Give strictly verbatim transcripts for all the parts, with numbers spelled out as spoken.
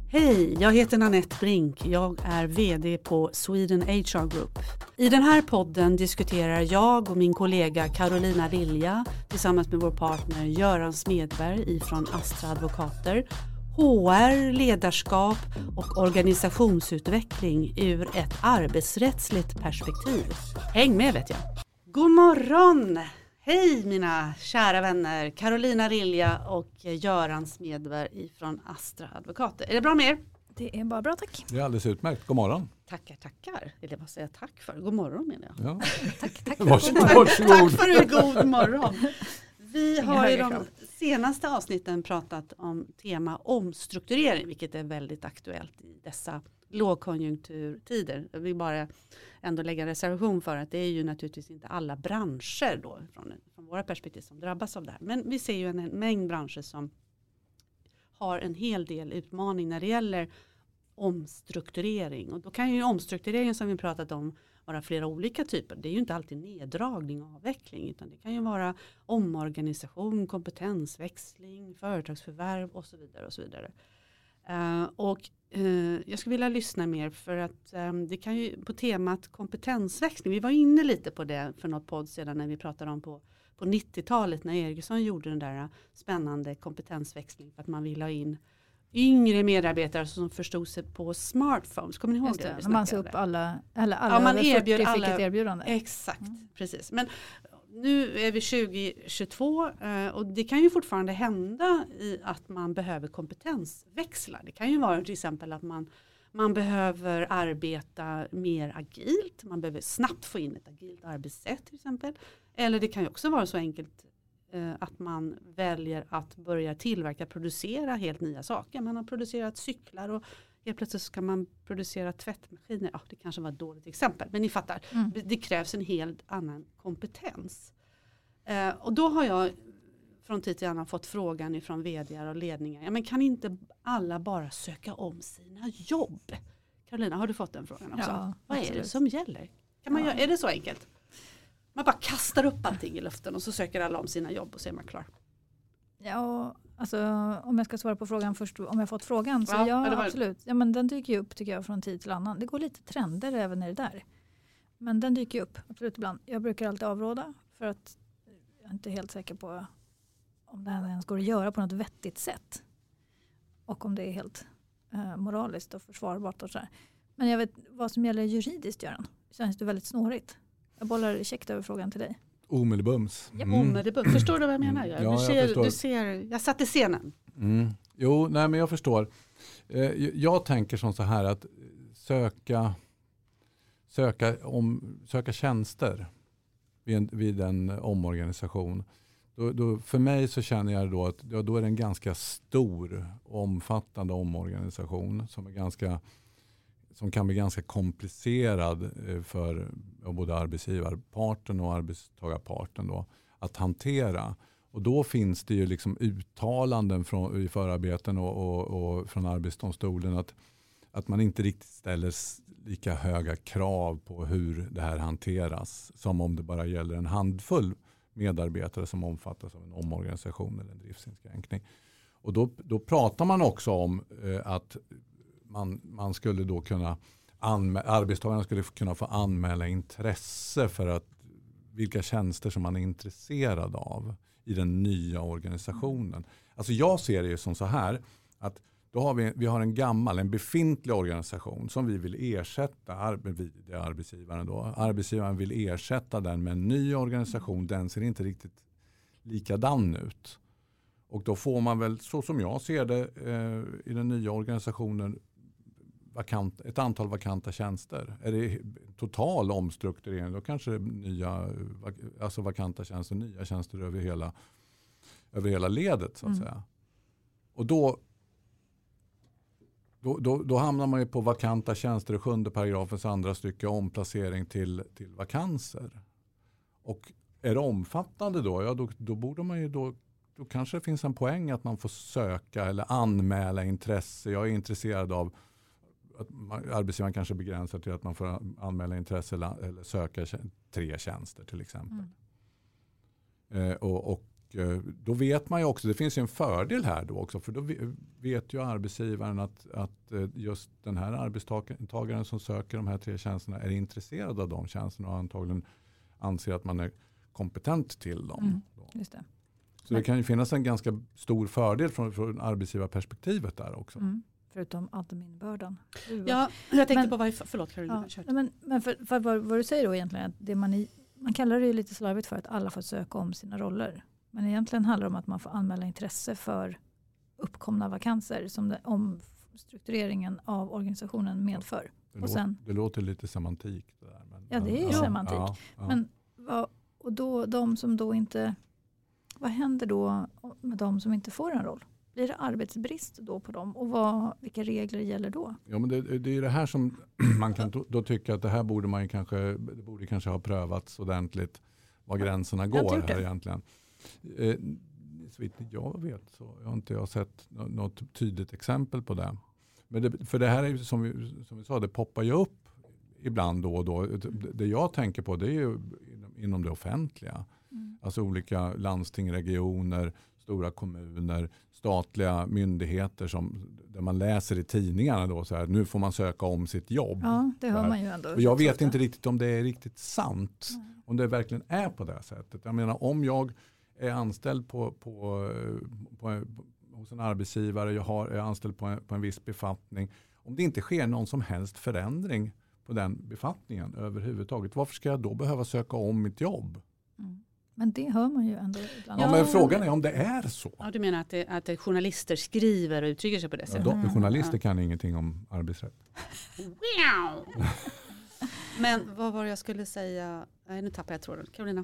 Hej, jag heter Nanette Brink. Jag är vd på Sweden H R Group. I den här podden diskuterar jag och min kollega Carolina Lilja tillsammans med vår partner Göran Smedberg ifrån Astra Advokater H R, ledarskap och organisationsutveckling ur ett arbetsrättsligt perspektiv. Häng med vet jag. God morgon! Hej mina kära vänner, Carolina Lilja och Göran Smedberg ifrån Astra Advokater. Är det bra med er? Det är bara bra, tack. Det är alldeles utmärkt. God morgon. Tackar, tackar. Eller vad säger jag tack för? God morgon menar jag. Ja. Tack, tack. Varsågod. Tack för en god morgon. Vi har i de senaste avsnitten pratat om tema omstrukturering, vilket är väldigt aktuellt i dessa lågkonjunkturtider. Jag vill bara ändå lägga en reservation för att det är ju naturligtvis inte alla branscher då från, från våra perspektiv som drabbas av det här. Men vi ser ju en, en mängd branscher som har en hel del utmaning när det gäller omstrukturering. Och då kan ju omstrukturering som vi pratat om vara flera olika typer. Det är ju inte alltid neddragning och avveckling utan det kan ju vara omorganisation, kompetensväxling, företagsförvärv och så vidare och så vidare. Uh, och uh, jag skulle vilja lyssna mer för att um, det kan ju på temat kompetensväxling, vi var inne lite på det för något podd sedan när vi pratade om på, på nittiotalet när Ericsson gjorde den där spännande kompetensväxling för att man ville ha in yngre medarbetare som förstod sig på smartphones. Kommer ni ihåg Just det? det man ser upp alla, eller alla ja, man över erbjöd fyrtio alla, fick ett erbjudande. Exakt, mm. precis. Men nu är vi tjugo tjugotvå och det kan ju fortfarande hända i att man behöver kompetensväxla. Det kan ju vara till exempel att man, man behöver arbeta mer agilt. Man behöver snabbt få in ett agilt arbetssätt till exempel. Eller det kan ju också vara så enkelt eh, att man väljer att börja tillverka, producera helt nya saker. Man har producerat cyklar och helt plötsligt så kan man producera tvättmaskiner. Ja, det kanske var ett dåligt exempel, men ni fattar. Mm. Det, det krävs en helt annan kompetens. Eh, och då har jag från tid till annan fått frågan ifrån vd:ar och ledningar. Ja, men kan inte alla bara söka om sina jobb? Carolina, har du fått den frågan också? Ja, vad absolut. är det som gäller? Kan man ja. göra, är det så enkelt? Man bara kastar upp allting i luften och så söker alla om sina jobb och så är man klar. Ja, alltså om jag ska svara på frågan först, om jag fått frågan så ja, ja var... absolut. Ja, men den dyker ju upp tycker jag från tid till annan. Det går lite trender även i det där. Men den dyker ju upp absolut ibland. Jag brukar alltid avråda för att jag är inte helt säker på om det här ens går att göra på något vettigt sätt. Och om det är helt eh, moraliskt och försvarbart och så här. Men jag vet vad som gäller juridiskt, Göran. Det känns det väldigt snårigt. Jag bollar käckt över frågan till dig. Omedelbums. Mm. Ja, omedelbums. Förstår du vad jag menar? Ja, ja, du, ser, jag du ser, jag satte scenen. Mm. Jo, nej men jag förstår. Eh, jag tänker som så här att söka, söka, om, söka tjänster vid en, vid en omorganisation. Då, då, för mig så känner jag då att ja, då är det en ganska stor, omfattande omorganisation som är ganska som kan bli ganska komplicerad för både arbetsgivarparten och arbetstagarparten då, att hantera. Och då finns det ju liksom uttalanden från, i förarbeten och, och, och från Arbetsdomstolen att, att man inte riktigt ställer lika höga krav på hur det här hanteras som om det bara gäller en handfull medarbetare som omfattas av en omorganisation eller en driftsinskränkning. Och då, då pratar man också om eh, att Man, man skulle då kunna anmä- arbetstagarna skulle kunna få anmäla intresse för att vilka tjänster som man är intresserad av i den nya organisationen. Alltså jag ser det ju som så här att då har vi, vi har en gammal, en befintlig organisation som vi vill ersätta arbe- arbetsgivaren då. Arbetsgivaren vill ersätta den med en ny organisation. Den ser inte riktigt likadan ut. Och då får man väl, så som jag ser det eh, i den nya organisationen, vakant, ett antal vakanta tjänster. Är det total omstrukturering då kanske nya alltså vakanta tjänster, nya tjänster över hela, över hela ledet så att mm. säga. Och då, då, då, då hamnar man ju på vakanta tjänster i sjunde paragrafens andra stycke omplacering till, till vakanser. Och är det omfattande då, ja då, då borde man ju då Då kanske det finns en poäng att man får söka eller anmäla intresse. Jag är intresserad av att man, arbetsgivaren kanske begränsar till att man får anmäla intresse eller, eller söka tre tjänster till exempel. Mm. Eh, och, och då vet man ju också, det finns ju en fördel här då också, för då vet ju arbetsgivaren att, att just den här arbetstagaren som söker de här tre tjänsterna är intresserad av de tjänsterna och antagligen anser att man är kompetent till dem. Mm, just det. Så det kan ju finnas en ganska stor fördel från, från arbetsgivarperspektivet där också. Mm, förutom adminbördan. Ja, jag tänkte men, på vad, förlåt Carolina. Ja, men men för, för vad, vad du säger då egentligen, att det man, i, man kallar det ju lite slarvigt för att alla får söka om sina roller. Men egentligen handlar det om att man får anmäla intresse för uppkomna vakanser som det, omstruktureringen av organisationen medför. Det, och sen, låter, det låter lite semantik. Det där, men, ja, det är ju ja, semantik. Ja, ja. Men, och då, de som då inte... Vad händer då med de som inte får en roll? Blir det arbetsbrist då på dem? Och vad, vilka regler gäller då? Ja, men det, det är ju det här som man kan då, då tycka att det här borde man ju kanske, det borde kanske ha prövats ordentligt. Var gränserna går här egentligen. Eh, så vitt jag vet så har inte jag sett något tydligt exempel på det. Men det, för det här är ju som vi, som vi sa, det poppar ju upp ibland då och då. Det jag tänker på det är ju inom det offentliga. Mm. Alltså olika landsting, regioner, stora kommuner, statliga myndigheter som, där man läser i tidningarna då så här, nu får man söka om sitt jobb. Ja, det hör man ju ändå. Och jag vet inte riktigt om det är riktigt sant. Mm. Om det verkligen är på det sättet. Jag menar, om jag är anställd på, på, på, på hos en arbetsgivare, jag har, är anställd på en, på en viss befattning. Om det inte sker någon som helst förändring på den befattningen överhuvudtaget, varför ska jag då behöva söka om mitt jobb? Mm. Men det hör man ju ändå ibland. Ja, men frågan är om det är så. Ja, du menar att, det, att journalister skriver och uttrycker sig på det sättet? Ja, de, journalister kan ingenting om arbetsrätt. Wow. Men vad var det jag skulle säga? Nej, nu tappar jag tråden. Carolina?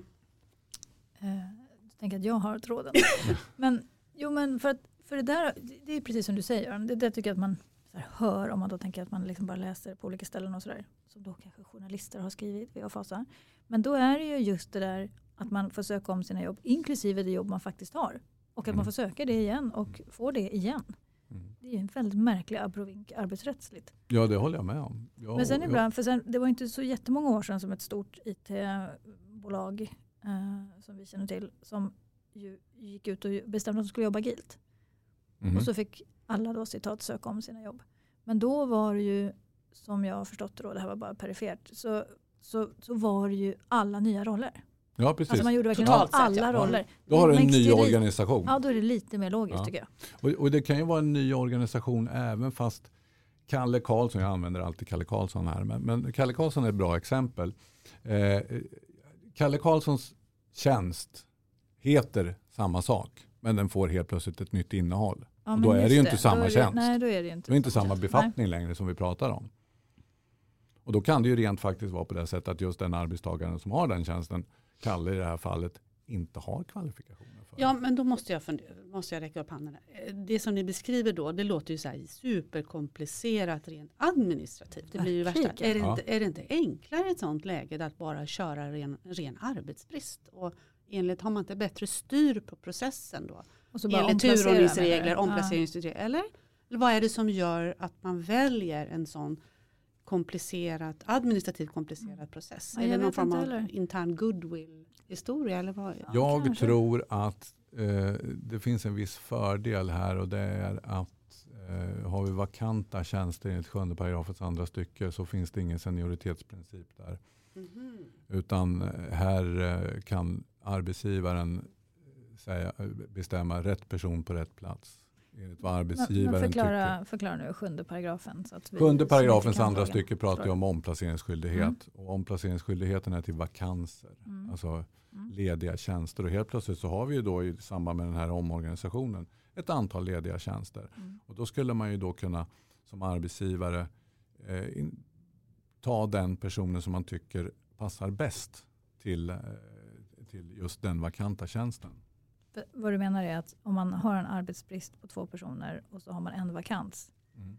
Eh, jag tänker att jag har tråden. men, jo, men för, att, för det där, det är precis som du säger. Det där tycker jag att man så här, hör om man då tänker att man liksom bara läser på olika ställen och sådär. Som då kanske journalister har skrivit via Fasa. Men då är det ju just det där att man får söka om sina jobb, inklusive det jobb man faktiskt har. Och att mm. man får söka det igen och få det igen. Mm. Det är ju en väldigt märklig abrovink arbetsrättsligt. Ja, det håller jag med om. Ja, Men sen ibland, ja. för sen, det var inte så jättemånga år sedan som ett stort I T-bolag eh, som vi känner till, som ju gick ut och bestämde att de skulle jobba agilt. Mm. Och så fick alla då citat söka om sina jobb. Men då var det ju, som jag har förstått det då, det här var bara perifert, så, så, så var det ju alla nya roller. Ja, precis. Alltså man gjorde verkligen Totalt alla sett, ja. roller. Då har du en Men ny det är li- organisation. Ja, då är det lite mer logiskt Ja. tycker jag. Och, och det kan ju vara en ny organisation även fast Kalle Karlsson, jag använder alltid Kalle Karlsson här, men, men Kalle Karlsson är ett bra exempel. Eh, Kalle Karlssons tjänst heter samma sak, men den får helt plötsligt ett nytt innehåll. Ja, och då är det ju inte det. samma då det, tjänst. Nej, då är det inte. Det är inte samma tjänst. befattning Nej. längre som vi pratar om. Och då kan det ju rent faktiskt vara på det sättet att just den arbetstagaren som har den tjänsten, Kalle i det här fallet, inte har kvalifikationer för. Ja, men då måste jag, fundera, måste jag räcka upp handen. Det som ni beskriver då, det låter ju så här superkomplicerat rent administrativt. Det blir ju värsta. Är det, ja. inte, är det inte enklare i ett sånt läge att bara köra ren, ren arbetsbrist? Och enligt, har man inte bättre styr på processen då? Och så bara enligt omplacera, turordningsregler, ja. omplaceringsregler. Eller? Eller vad är det som gör att man väljer en sån komplicerat, administrativt komplicerad mm. process? Ja, är det någon form av heller. intern goodwill-historia? Eller vad? Ja, jag kanske. tror att eh, det finns en viss fördel här, och det är att eh, har vi vakanta tjänster enligt sjunde paragrafens andra stycke så finns det ingen senioritetesprincip där. Mm-hmm. Utan här eh, kan arbetsgivaren säga, bestämma rätt person på rätt plats. Enligt vad arbetsgivaren men förklara, tycker. Förklara nu sjunde paragrafen. Så att vi, sjunde paragrafens andra andra stycke pratar ju om omplaceringsskyldighet. Mm. Och omplaceringsskyldigheten är till vakanser. Mm. Alltså mm. lediga tjänster. Och helt plötsligt så har vi ju då i samband med den här omorganisationen ett antal lediga tjänster. Mm. Och då skulle man ju då kunna som arbetsgivare eh, in, ta den personen som man tycker passar bäst till, eh, till just den vakanta tjänsten. Vad du menar är att om man har en arbetsbrist på två personer och så har man en vakans. Mm.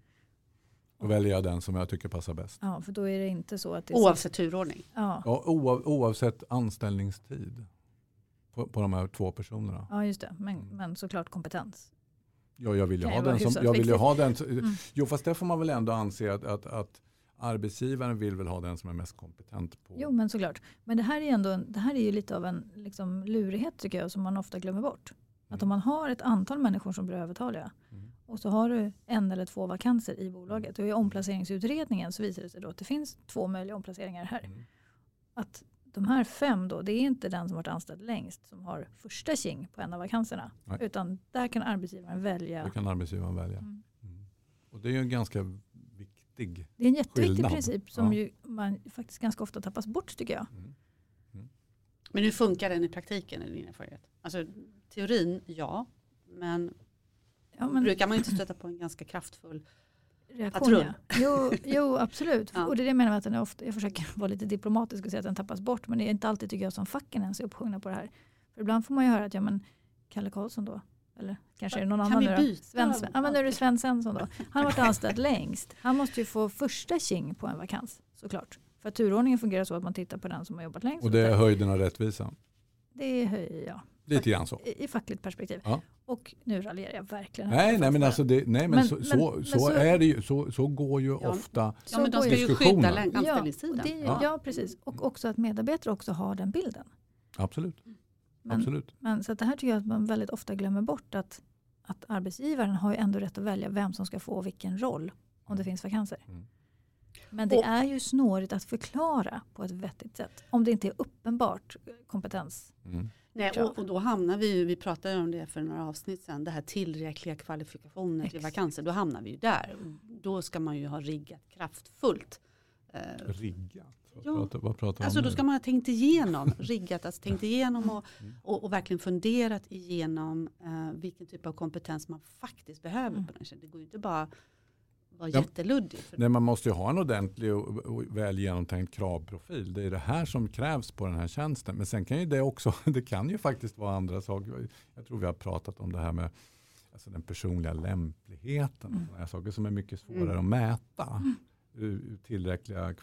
Då väljer jag den som jag tycker passar bäst. Ja, för då är det inte så att det är oavsett turordning. Ja, ja oav, oavsett anställningstid på, på de här två personerna. Ja, just det. Men, mm. men såklart kompetens. Ja, jag vill ju kan ha den som, jag vill ju ha den. Mm. Jo, fast det får man väl ändå anse att, att, att arbetsgivaren vill väl ha den som är mest kompetent på. Jo, men såklart. Men det här är, ändå, det här är ju lite av en liksom, lurighet tycker jag som man ofta glömmer bort. Att om man har ett antal människor som blir övertaliga mm. och så har du en eller två vakanser i bolaget och i omplaceringsutredningen så visar det sig då att det finns två möjliga omplaceringar här. Mm. Att de här fem då, det är inte den som varit anställd längst som har första king på en av vakanserna. Nej. Utan där kan arbetsgivaren välja. Där kan arbetsgivaren välja. Mm. Mm. Och det är ju en ganska viktig Det är en jätteviktig skillnad. Princip som ja. ju man faktiskt ganska ofta tappas bort tycker jag. Mm. Mm. Men hur funkar den i praktiken i din erfarenhet? Alltså teorin, ja. Men, ja, men brukar man inte stöta på en ganska kraftfull reaktion? Ja. Jo, jo, absolut. Ja. Och det är det jag menar med att den är ofta, jag försöker vara lite diplomatisk och säga att den tappas bort. Men det är inte alltid tycker jag som facken ens är uppsjungna på det här. För ibland får man ju höra att ja men Kalle Karlsson då. Eller kanske är det någon kan annan vi nu byta? Sven, Sven, ja men nu är det Sven Svensson då. Han har varit anställd längst. Han måste ju få första king på en vakans såklart. För att turordningen fungerar så att man tittar på den som har jobbat längst. Och det är höjden av rättvisa? Det är höj, ja. Lite grann så. I, i fackligt perspektiv. Ja. Och nu raljerar jag verkligen. Nej, nej men alltså det, nej, men, men, så, men, så, men så, så är det ju, så, så går ju ja. ofta ja, men de ska ju skydda anställningssidan. Ja, ja. ja, precis. Och också att medarbetare också har den bilden. Absolut. Men, Absolut. Men så att det här tycker jag att man väldigt ofta glömmer bort att, att arbetsgivaren har ju ändå rätt att välja vem som ska få vilken roll om det finns vakanser. Mm. Men det och, är ju snårigt att förklara på ett vettigt sätt om det inte är uppenbart kompetens. Mm. Nej, och, och då hamnar vi ju, vi pratade om det för några avsnitt sedan, det här tillräckliga kvalifikationer till vakanser, då hamnar vi ju där. Då ska man ju ha riggat kraftfullt. Riggat? Vad, ja. pratar, vad pratar alltså om då nu? ska man ha tänkt igenom, riggat, alltså tänkt igenom och, och, och verkligen funderat igenom uh, vilken typ av kompetens man faktiskt behöver mm. på den. Det går ju inte bara vara ja. jätteluddig. För Nej, man måste ju ha en ordentlig och, och väl genomtänkt kravprofil. Det är det här som krävs på den här tjänsten. Men sen kan ju det också, det kan ju faktiskt vara andra saker. Jag tror vi har pratat om det här med alltså den personliga lämpligheten. Mm. Och saker som är mycket svårare mm. att mäta. Mm. Ur tillräckliga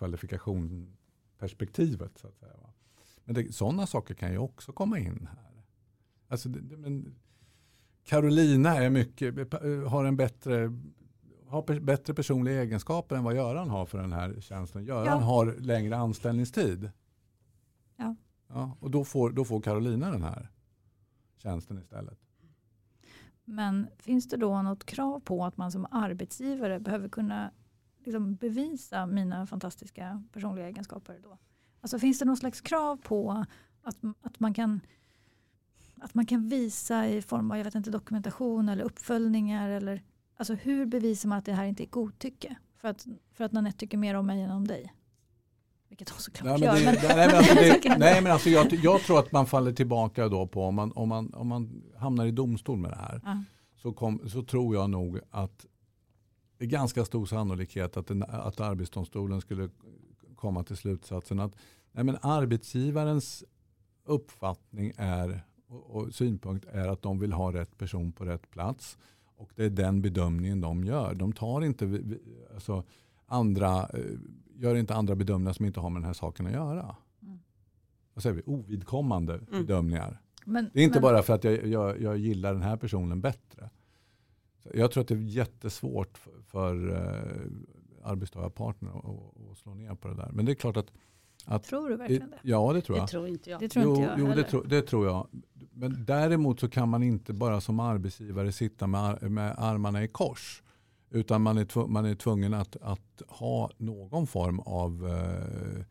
kvalifikationsperspektivet så att säga. Va? Men det, sådana saker kan ju också komma in här. Alltså det, det, men Carolina är mycket, har en bättre har bättre personliga egenskaper än vad Göran har för den här tjänsten. Göran ja. har längre anställningstid. Ja. Ja, och då får, då får Carolina den här tjänsten istället. Men finns det då något krav på att man som arbetsgivare behöver kunna liksom bevisa mina fantastiska personliga egenskaper då? Alltså finns det någon slags krav på att, att man kan att man kan visa i form av jag vet inte, dokumentation eller uppföljningar eller alltså hur bevisar man att det här inte är godtycke? För att, för att Nanette tycker mer om mig än om dig. Vilket hon såklart nej, men gör. det, Men, nej, men alltså det, nej men alltså jag, jag tror att man faller tillbaka då på om man, om man, om man hamnar i domstol med det här. Ja. Så, kom, så tror jag nog att det är ganska stor sannolikhet att, den, att arbetsdomstolen skulle komma till slutsatsen att nej, men arbetsgivarens uppfattning är och, och synpunkt är att de vill ha rätt person på rätt plats. Och det är den bedömningen de gör. De tar inte alltså, andra, gör inte andra bedömningar som inte har med den här saken att göra. Mm. Vad säger vi? Ovidkommande mm. bedömningar. Men, det är inte men... bara för att jag, jag, jag gillar den här personen bättre. Så jag tror att det är jättesvårt för, för uh, arbetstagarpartner att, att slå ner på det där. Men det är klart att Att, tror du verkligen det? Ja, det tror jag. Det tror inte jag. Det tror jo, inte jag jo det, tro, det tror jag. Men däremot så kan man inte bara som arbetsgivare sitta med, med armarna i kors. Utan man är, tv, man är tvungen att, att ha någon form av eh,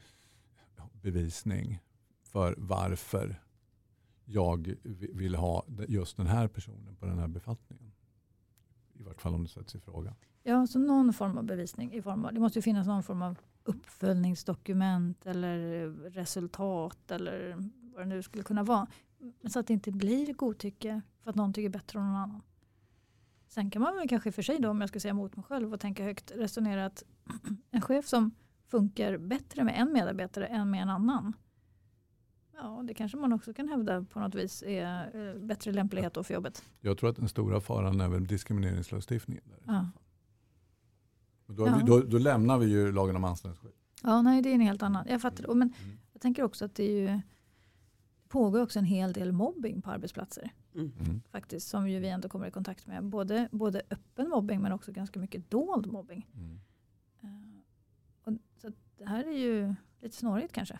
bevisning för varför jag vill ha just den här personen på den här befattningen. I vart fall om det sätts i fråga. Ja, så någon form av bevisning. I form av, det måste ju finnas någon form av uppföljningsdokument eller resultat eller vad det nu skulle kunna vara. Så att det inte blir godtycke för att någon tycker bättre än någon annan. Sen kan man väl kanske för sig då, om jag ska säga mot mig själv och tänka högt, resonera att en chef som funkar bättre med en medarbetare än med en annan. Ja, det kanske man också kan hävda på något vis är bättre lämplighet då för jobbet. Jag tror att den stora faran är väl diskrimineringslagstiftningen. Där. Ja. Då, ja. vi, då, då lämnar vi ju lagen om anställningsskydd. Ja, nej, det är en helt annan. Jag fattar det. Men Mm. jag tänker också att det, är ju, det pågår också en hel del mobbing på arbetsplatser. Mm. Mm. Faktiskt, som ju vi ändå kommer i kontakt med. Både, både öppen mobbing men också ganska mycket dold mobbing. Mm. Uh, Och, så att det här är ju lite snårigt kanske.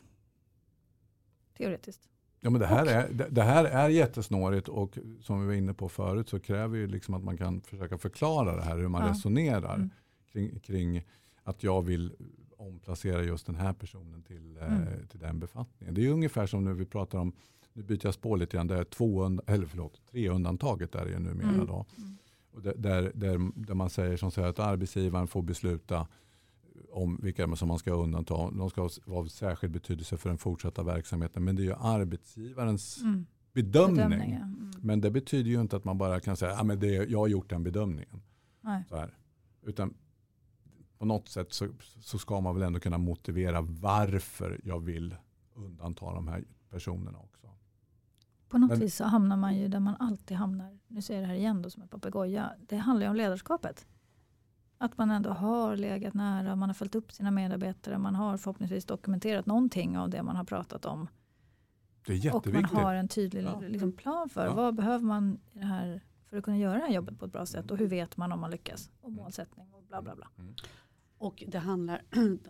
Teoretiskt. Ja, men det här, är, det, det här är jättesnårigt och som vi var inne på förut så kräver ju liksom att man kan försöka förklara det här, hur man ja. resonerar mm. kring, kring att jag vill omplacera just den här personen till, mm. eh, till den befattningen. Det är ungefär som när vi pratar om, nu byter jag spår lite grann, det är två, eller förlåt, tre undantaget är det ju numera mm. då. Mm. Och där, där, där, där man säger som säger att arbetsgivaren får besluta om vilka som man ska undanta. De ska vara av särskild betydelse för den fortsatta verksamheten. Men det är ju arbetsgivarens mm. bedömning. bedömning ja. mm. Men det betyder ju inte att man bara kan säga att ah, jag har gjort den bedömningen. Nej. Så här. Utan på något sätt så, så ska man väl ändå kunna motivera varför jag vill undanta de här personerna också. På något Men, vis så hamnar man ju där man alltid hamnar. Nu ser jag det här igen då som en papegoja. Det handlar ju om ledarskapet. Att man ändå har legat nära, man har följt upp sina medarbetare, man har förhoppningsvis dokumenterat någonting av det man har pratat om. Det är jätteviktigt. Och man har en tydlig ja. liksom, plan för ja. vad behöver man i det här för att kunna göra det här jobbet på ett bra sätt och hur vet man om man lyckas och målsättning och bla bla bla. Mm. Och det handlar,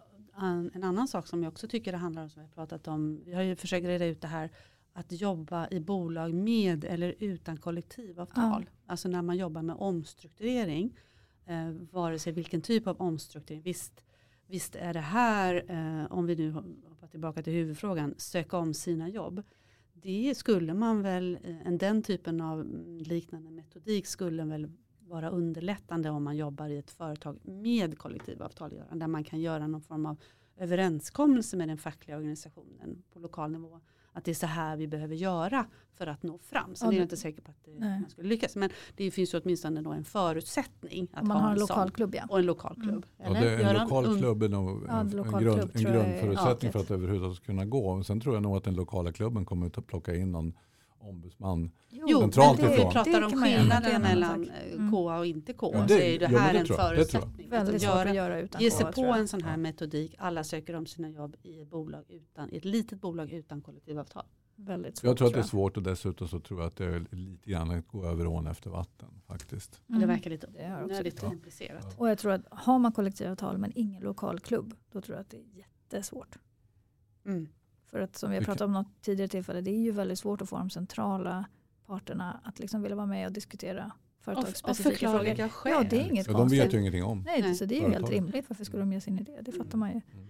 en annan sak som jag också tycker det handlar om som vi har pratat om, vi har ju försökt reda ut det här, att jobba i bolag med eller utan kollektivavtal. Ja. Alltså när man jobbar med omstrukturering. Eh, vare sig vilken typ av omstrukturering. Visst, visst är det här, eh, om vi nu hoppar tillbaka till huvudfrågan, söka om sina jobb. Det skulle man väl, eh, den typen av liknande metodik skulle väl vara underlättande om man jobbar i ett företag med kollektivavtal. Där man kan göra någon form av överenskommelse med den fackliga organisationen på lokal nivå. Att det är så här vi behöver göra för att nå fram. Så ja, är jag inte säker på att det, man skulle lyckas. Men det finns ju åtminstone då en förutsättning. Att man ha har en lokal klubb, ja. Och en lokal klubb. Mm. Ja, det är en lokal klubb är nog ja, en, lokal grund, klubb, en grundförutsättning ja, för att överhuvudtaget kunna gå. Och sen tror jag nog att den lokala klubben kommer att plocka in någon ombudsman jo, centralt ifrån. Jo, vi pratar om skillnaden mellan mm. K A och inte K A. Ja, det, så är det här ja, en förutsättning. Väldigt svårt att göra utan ge sig K A, på en sån här metodik. Alla söker om sina jobb i ett, bolag utan, i ett litet bolag utan kollektivavtal. Väldigt svårt, jag tror att det är svårt och dessutom så tror jag att det är lite grann att gå över ån efter vatten faktiskt. Mm. Det verkar lite, det är också lite komplicerat. Ja. Och jag tror att har man kollektivavtal men ingen lokal klubb, då tror jag att det är jättesvårt. Mm. För att som vi har pratat om något tidigare tillfälle, det är ju väldigt svårt att få de centrala parterna att liksom vilja vara med och diskutera företagsspecifika och, och frågor. Skäl. Ja, det är inget ja, de vet ju ingenting om. Nej, så det är ju helt rimligt. Varför skulle de ge sin idé? Det fattar man ju. Mm.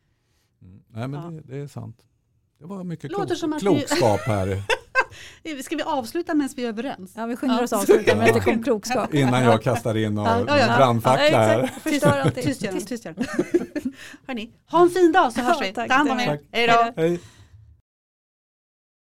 Mm. Nej, men ja. det, det är sant. Det var mycket klok- som klokskap här. Ska vi avsluta medan vi är överens? Ja, vi skyndar ja. oss avsluta med att det kom klokskap. Innan jag kastar in och ja, ja, brandfacklar här. Tyst gärna, tyst gärna. Hörni, ha en fin dag så hörs vi. Ta hand om er. Hej då. Hej.